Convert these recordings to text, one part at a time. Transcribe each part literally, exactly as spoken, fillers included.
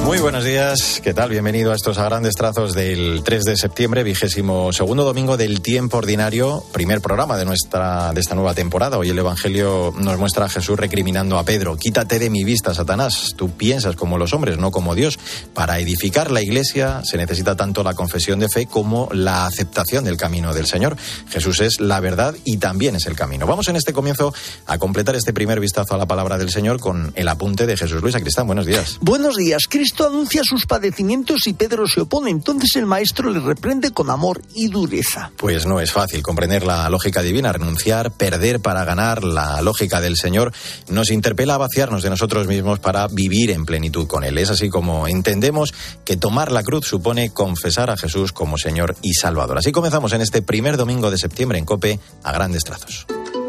Muy buenos días, ¿qué tal? Bienvenido a estos a grandes trazos del tres de septiembre, vigésimo segundo domingo del tiempo ordinario, primer programa de nuestra de esta nueva temporada. Hoy el Evangelio nos muestra a Jesús recriminando a Pedro: quítate de mi vista, Satanás, tú piensas como los hombres, no como Dios. Para edificar la Iglesia se necesita tanto la confesión de fe como la aceptación del camino del Señor. Jesús es la verdad y también es el camino. Vamos en este comienzo a completar este primer vistazo a la palabra del Señor con el apunte de Jesús. Luis Sacristán, buenos días. Buenos días. Cristo anuncia sus padecimientos y Pedro se opone. Entonces el maestro le reprende con amor y dureza. Pues no es fácil comprender la lógica divina, renunciar, perder para ganar. La lógica del Señor nos interpela a vaciarnos de nosotros mismos para vivir en plenitud con Él. Es así como entendemos que tomar la cruz supone confesar a Jesús como Señor y Salvador. Así comenzamos en este primer domingo de septiembre en COPE a grandes trazos.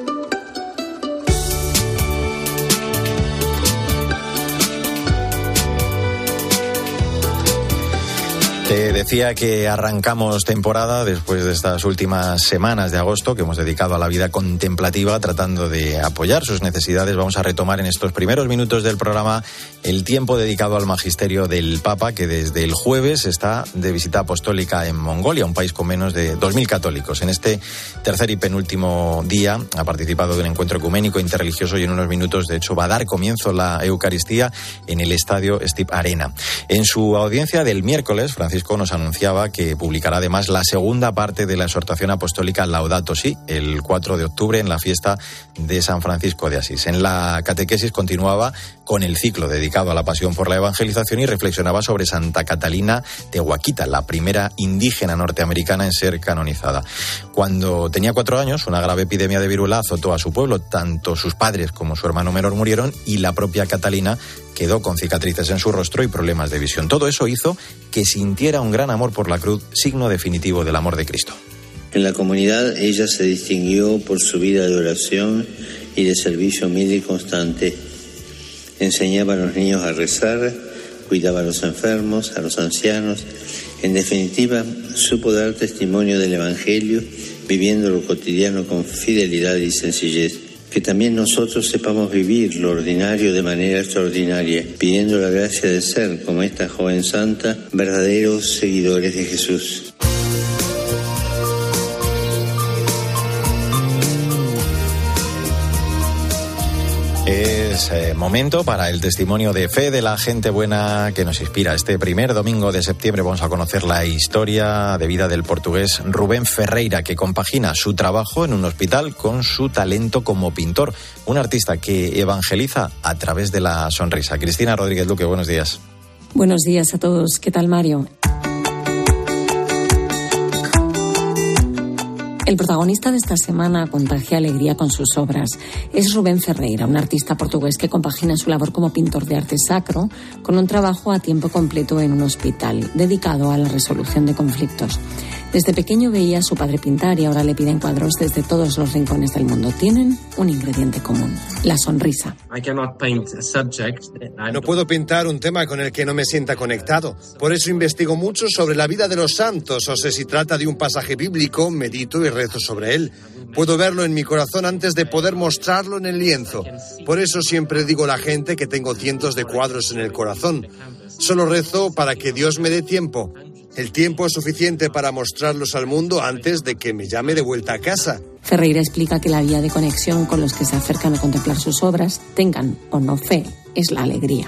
Te decía que arrancamos temporada después de estas últimas semanas de agosto que hemos dedicado a la vida contemplativa, tratando de apoyar sus necesidades. Vamos a retomar en estos primeros minutos del programa el tiempo dedicado al magisterio del Papa, que desde el jueves está de visita apostólica en Mongolia, un país con menos de dos mil católicos. En este tercer y penúltimo día ha participado de un encuentro ecuménico interreligioso y en unos minutos, de hecho, va a dar comienzo la Eucaristía en el estadio Stip Arena. En su audiencia del miércoles, Francisco Francisco nos anunciaba que publicará además la segunda parte de la exhortación apostólica Laudato Si, el cuatro de octubre en la fiesta de San Francisco de Asís. En la catequesis continuaba con el ciclo dedicado a la pasión por la evangelización y reflexionaba sobre Santa Catalina Tehuaquita, la primera indígena norteamericana en ser canonizada. Cuando tenía cuatro años, una grave epidemia de viruela azotó a su pueblo. Tanto sus padres como su hermano menor murieron y la propia Catalina quedó con cicatrices en su rostro y problemas de visión. Todo eso hizo que sintiera un gran amor por la cruz, signo definitivo del amor de Cristo. En la comunidad ella se distinguió por su vida de oración y de servicio humilde y constante. Enseñaba a los niños a rezar, cuidaba a los enfermos, a los ancianos. En definitiva, supo dar testimonio del Evangelio, viviendo lo cotidiano con fidelidad y sencillez. Que también nosotros sepamos vivir lo ordinario de manera extraordinaria, pidiendo la gracia de ser, como esta joven santa, verdaderos seguidores de Jesús. Es eh, momento para el testimonio de fe de la gente buena que nos inspira. Este primer domingo de septiembre vamos a conocer la historia de vida del portugués Rubén Ferreira, que compagina su trabajo en un hospital con su talento como pintor. Un artista que evangeliza a través de la sonrisa. Cristina Rodríguez Luque, buenos días. Buenos días a todos. ¿Qué tal, Mario? El protagonista de esta semana contagia alegría con sus obras. Es Rubén Ferreira, un artista portugués que compagina su labor como pintor de arte sacro con un trabajo a tiempo completo en un hospital dedicado a la resolución de conflictos. Desde pequeño veía a su padre pintar y ahora le piden cuadros desde todos los rincones del mundo. Tienen un ingrediente común: la sonrisa. No puedo pintar un tema con el que no me sienta conectado. Por eso investigo mucho sobre la vida de los santos, o sea, si trata de un pasaje bíblico, medito y rezo sobre él. Puedo verlo en mi corazón antes de poder mostrarlo en el lienzo. Por eso siempre digo a la gente que tengo cientos de cuadros en el corazón. Solo rezo para que Dios me dé tiempo. El tiempo es suficiente para mostrarlos al mundo antes de que me llame de vuelta a casa. Ferreira explica que la vía de conexión con los que se acercan a contemplar sus obras, tengan o no fe, es la alegría.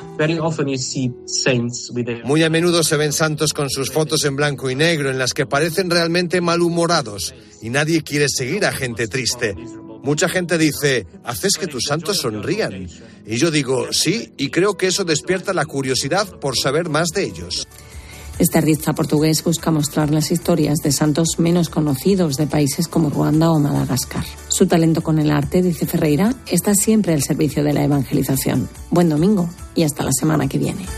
Muy a menudo se ven santos con sus fotos en blanco y negro, en las que parecen realmente malhumorados, y nadie quiere seguir a gente triste. Mucha gente dice: haces que tus santos sonrían. Y yo digo, sí, y creo que eso despierta la curiosidad por saber más de ellos. Este artista portugués busca mostrar las historias de santos menos conocidos de países como Ruanda o Madagascar. Su talento con el arte, dice Ferreira, está siempre al servicio de la evangelización. Buen domingo y hasta la semana que viene.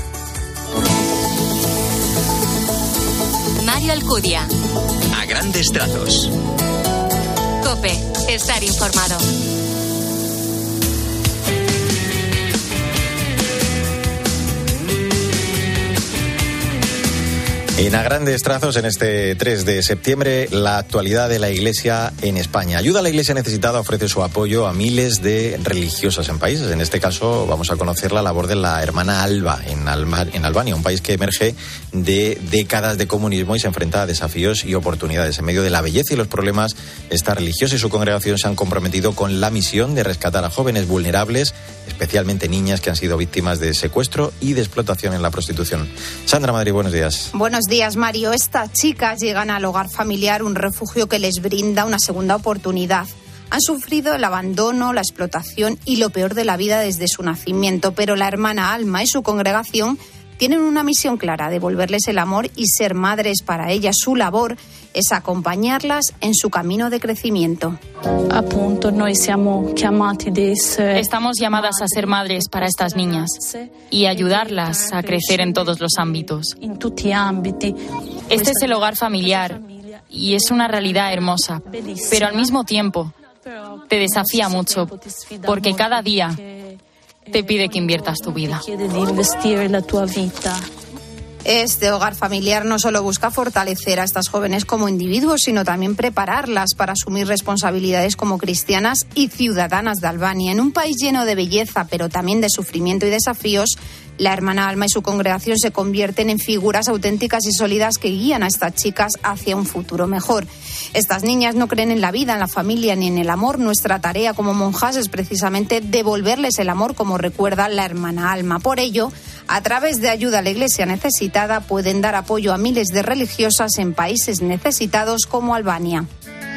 Mario Alcudia. A grandes trazos. COPE. Estar informado. En A Grandes Trazos, en este tres de septiembre, la actualidad de la Iglesia en España. Ayuda a la Iglesia Necesitada ofrece su apoyo a miles de religiosas en países. En este caso, vamos a conocer la labor de la hermana Alba en, Alma, en Albania, un país que emerge de décadas de comunismo y se enfrenta a desafíos y oportunidades. En medio de la belleza y los problemas, esta religiosa y su congregación se han comprometido con la misión de rescatar a jóvenes vulnerables, especialmente niñas que han sido víctimas de secuestro y de explotación en la prostitución. Sandra Madrid, buenos días. Buenos días, Mario. Estas chicas llegan al hogar familiar, un refugio que les brinda una segunda oportunidad. Han sufrido el abandono, la explotación y lo peor de la vida desde su nacimiento, pero la hermana Alma y su congregación tienen una misión clara: devolverles el amor y ser madres para ellas. Su labor es acompañarlas en su camino de crecimiento. Estamos llamadas a ser madres para estas niñas y ayudarlas a crecer en todos los ámbitos. Este es el hogar familiar y es una realidad hermosa, pero al mismo tiempo te desafía mucho, porque cada día te pide que inviertas tu vida. Este hogar familiar no solo busca fortalecer a estas jóvenes como individuos, sino también prepararlas para asumir responsabilidades como cristianas y ciudadanas de Albania. En un país lleno de belleza, pero también de sufrimiento y desafíos, la hermana Alma y su congregación se convierten en figuras auténticas y sólidas que guían a estas chicas hacia un futuro mejor. Estas niñas no creen en la vida, en la familia ni en el amor. Nuestra tarea como monjas es precisamente devolverles el amor, como recuerda la hermana Alma. Por ello, a través de Ayuda a la Iglesia Necesitada, pueden dar apoyo a miles de religiosas en países necesitados como Albania.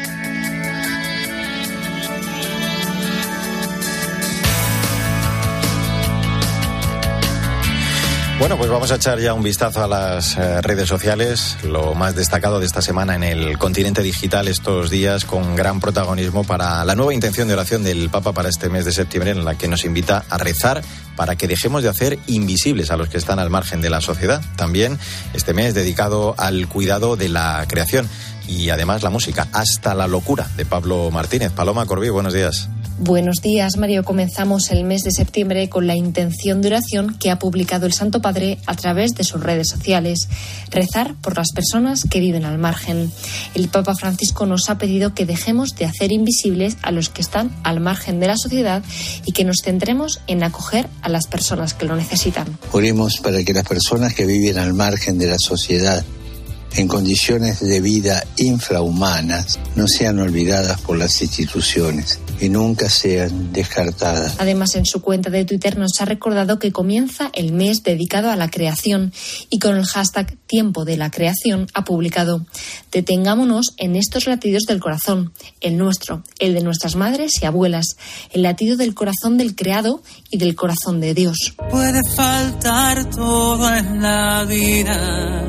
Bueno, pues vamos a echar ya un vistazo a las eh, redes sociales, lo más destacado de esta semana en el continente digital estos días, con gran protagonismo para la nueva intención de oración del Papa para este mes de septiembre, en la que nos invita a rezar para que dejemos de hacer invisibles a los que están al margen de la sociedad. También este mes dedicado al cuidado de la creación y además la música, Hasta la locura, de Pablo Martínez. Paloma Corbí, buenos días. Buenos días, Mario. Comenzamos el mes de septiembre con la intención de oración que ha publicado el Santo Padre a través de sus redes sociales: rezar por las personas que viven al margen. El Papa Francisco nos ha pedido que dejemos de hacer invisibles a los que están al margen de la sociedad y que nos centremos en acoger a las personas que lo necesitan. Oremos para que las personas que viven al margen de la sociedad, en condiciones de vida infrahumanas, no sean olvidadas por las instituciones y nunca sean descartadas. Además, en su cuenta de Twitter nos ha recordado que comienza el mes dedicado a la creación y con el hashtag Tiempo de la Creación ha publicado: detengámonos en estos latidos del corazón, el nuestro, el de nuestras madres y abuelas, el latido del corazón del creado y del corazón de Dios. Puede faltar todo en la vida,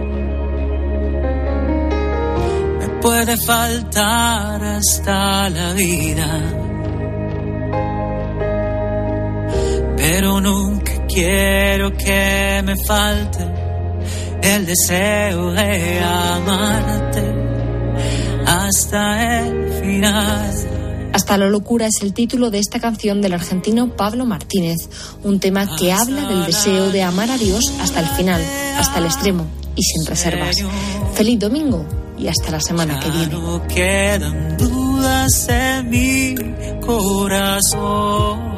puede faltar hasta la vida, pero nunca quiero que me falte el deseo de amarte hasta el final. Hasta la locura es el título de esta canción del argentino Pablo Martínez, un tema que habla del deseo de amar a Dios hasta el final, hasta el extremo y sin reservas. Feliz domingo y hasta la semana que viene. No quedan dudas en mi corazón.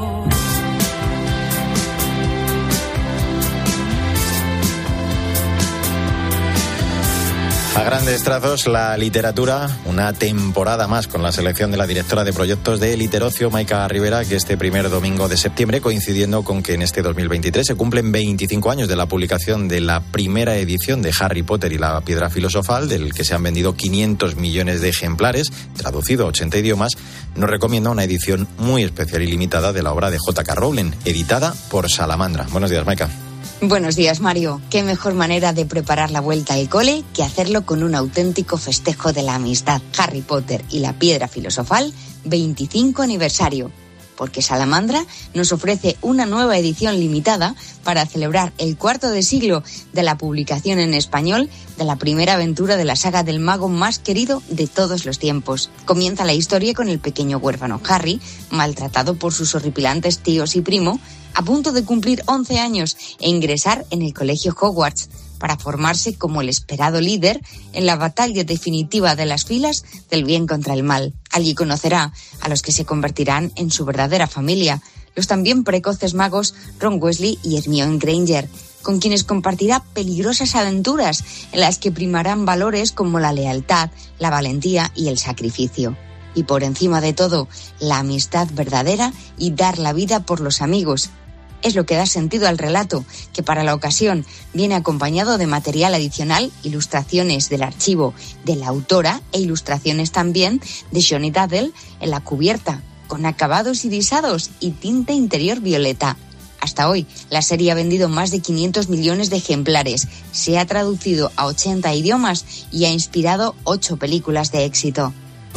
A grandes trazos, la literatura, una temporada más con la selección de la directora de proyectos de Literocio, Maika Rivera, que este primer domingo de septiembre, coincidiendo con que en este dos mil veintitrés se cumplen veinticinco años de la publicación de la primera edición de Harry Potter y la Piedra Filosofal, del que se han vendido quinientos millones de ejemplares, traducido a ochenta idiomas, nos recomienda una edición muy especial y limitada de la obra de J K Rowling, editada por Salamandra. Buenos días, Maika. Buenos días, Mario. Qué mejor manera de preparar la vuelta al cole que hacerlo con un auténtico festejo de la amistad. Harry Potter y la Piedra Filosofal, veinticinco aniversario. porque Salamandra nos ofrece una nueva edición limitada para celebrar el cuarto de siglo de la publicación en español de la primera aventura de la saga del mago más querido de todos los tiempos. Comienza la historia con el pequeño huérfano Harry, maltratado por sus horripilantes tíos y primo, a punto de cumplir once años e ingresar en el colegio Hogwarts para formarse como el esperado líder en la batalla definitiva de las filas del bien contra el mal. Allí conocerá a los que se convertirán en su verdadera familia, los también precoces magos Ron Weasley y Hermione Granger, con quienes compartirá peligrosas aventuras en las que primarán valores como la lealtad, la valentía y el sacrificio. Y por encima de todo, la amistad verdadera y dar la vida por los amigos. Es lo que da sentido al relato, que para la ocasión viene acompañado de material adicional, ilustraciones del archivo de la autora e ilustraciones también de Johnny Daddle en la cubierta, con acabados irisados y tinta interior violeta. Hasta hoy, la serie ha vendido más de quinientos millones de ejemplares, se ha traducido a ochenta idiomas y ha inspirado ocho películas de éxito.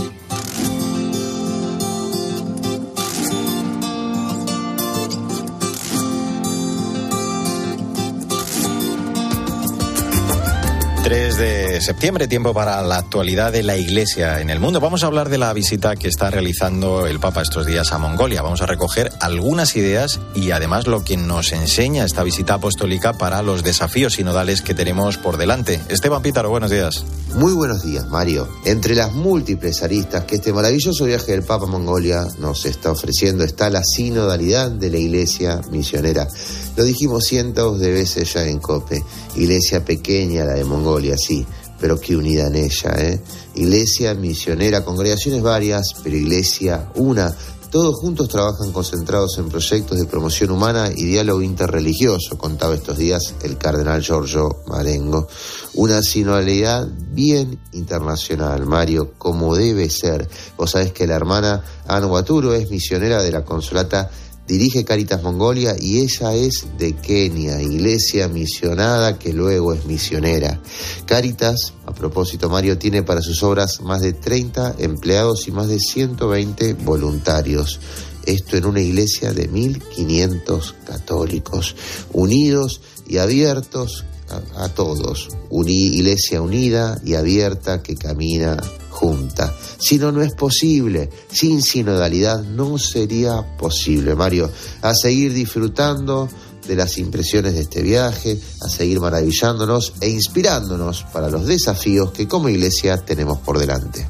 tres de septiembre, tiempo para la actualidad de la Iglesia en el mundo. Vamos a hablar de la visita que está realizando el Papa estos días a Mongolia. Vamos a recoger algunas ideas y además lo que nos enseña esta visita apostólica para los desafíos sinodales que tenemos por delante. Esteban Pítaro, buenos días. Muy buenos días, Mario. Entre las múltiples aristas que este maravilloso viaje del Papa a Mongolia nos está ofreciendo está la sinodalidad de la Iglesia misionera. Lo dijimos cientos de veces ya en COPE. Iglesia pequeña la de Mongolia, sí, pero qué unida en ella, ¿eh? Iglesia misionera, congregaciones varias, pero iglesia una. Todos juntos trabajan concentrados en proyectos de promoción humana y diálogo interreligioso, contaba estos días el cardenal Giorgio Marengo. Una sinodalidad bien internacional, Mario, como debe ser. Vos sabés que la hermana Ana Waturo es misionera de la Consolata, dirige Cáritas Mongolia y ella es de Kenia, iglesia misionada que luego es misionera. Cáritas, a propósito, Mario, tiene para sus obras más de treinta empleados y más de ciento veinte voluntarios. Esto en una iglesia de mil quinientos católicos, unidos y abiertos a, a todos. Una iglesia unida y abierta que camina junta. Si no, no es posible. Sin sinodalidad no sería posible, Mario. A seguir disfrutando de las impresiones de este viaje, a seguir maravillándonos e inspirándonos para los desafíos que como iglesia tenemos por delante.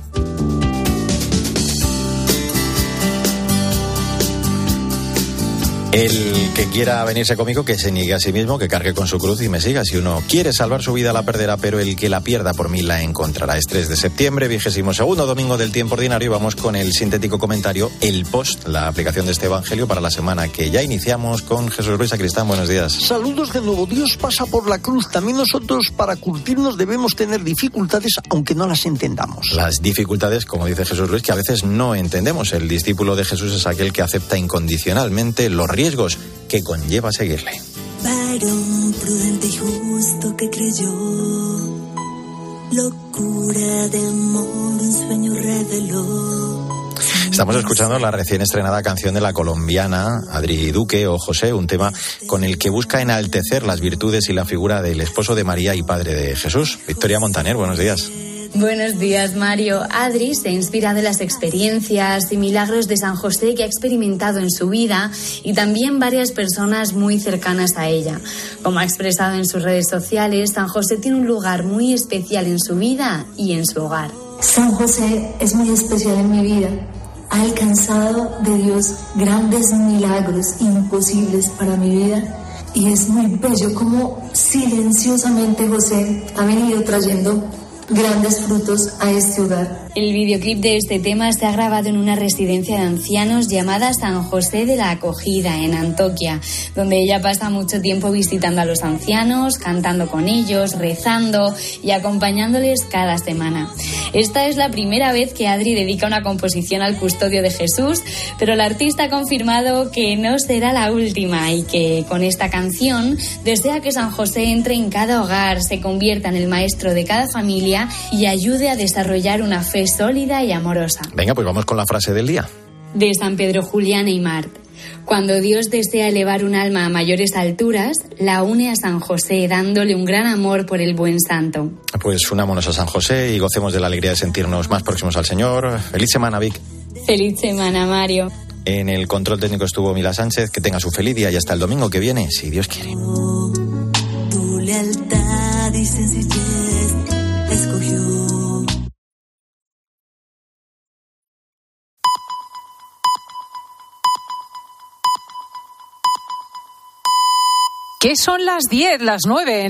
El que quiera venirse conmigo, que se niegue a sí mismo, que cargue con su cruz y me siga. Si uno quiere salvar su vida, la perderá, pero el que la pierda por mí la encontrará. Es tres de septiembre, vigésimo segundo domingo del tiempo ordinario, y vamos con el sintético comentario, el post, la aplicación de este evangelio para la semana que ya iniciamos con Jesús Luis Sacristán. Buenos días. Saludos de nuevo. Dios pasa por la cruz. También nosotros, para curtirnos, debemos tener dificultades, aunque no las entendamos. Las dificultades, como dice Jesús Luis, que a veces no entendemos. El discípulo de Jesús es aquel que acepta incondicionalmente los riesgos que conlleva seguirle. Varón prudente y justo que creyó, locura de amor, un sueño reveló. Estamos escuchando la recién estrenada canción de la colombiana Adri Duque o José, un tema con el que busca enaltecer las virtudes y la figura del esposo de María y padre de Jesús. Victoria Montaner, buenos días. Buenos días, Mario. Adri se inspira de las experiencias y milagros de San José que ha experimentado en su vida y también varias personas muy cercanas a ella. Como ha expresado en sus redes sociales, San José tiene un lugar muy especial en su vida y en su hogar. San José es muy especial en mi vida. Ha alcanzado de Dios grandes milagros imposibles para mi vida y es muy bello como silenciosamente José ha venido trayendo grandes frutos a este hogar. El videoclip de este tema se ha grabado en una residencia de ancianos llamada San José de la Acogida, en Antoquia, donde ella pasa mucho tiempo visitando a los ancianos, cantando con ellos, rezando y acompañándoles cada semana. Esta es la primera vez que Adri dedica una composición al custodio de Jesús, pero la artista ha confirmado que no será la última y que con esta canción desea que San José entre en cada hogar, se convierta en el maestro de cada familia y ayude a desarrollar una fe sólida y amorosa. Venga, pues vamos con la frase del día. de San Pedro Julián Aymar. Cuando Dios desea elevar un alma a mayores alturas, la une a San José, dándole un gran amor por el buen santo. Pues unámonos a San José y gocemos de la alegría de sentirnos más próximos al Señor. Feliz semana, Vic. Feliz semana, Mario. En el control técnico estuvo Mila Sánchez. Que tenga su feliz día y hasta el domingo que viene, si Dios quiere. Tu lealtad y sencillez escogió. ¿Qué son las diez, las nueve?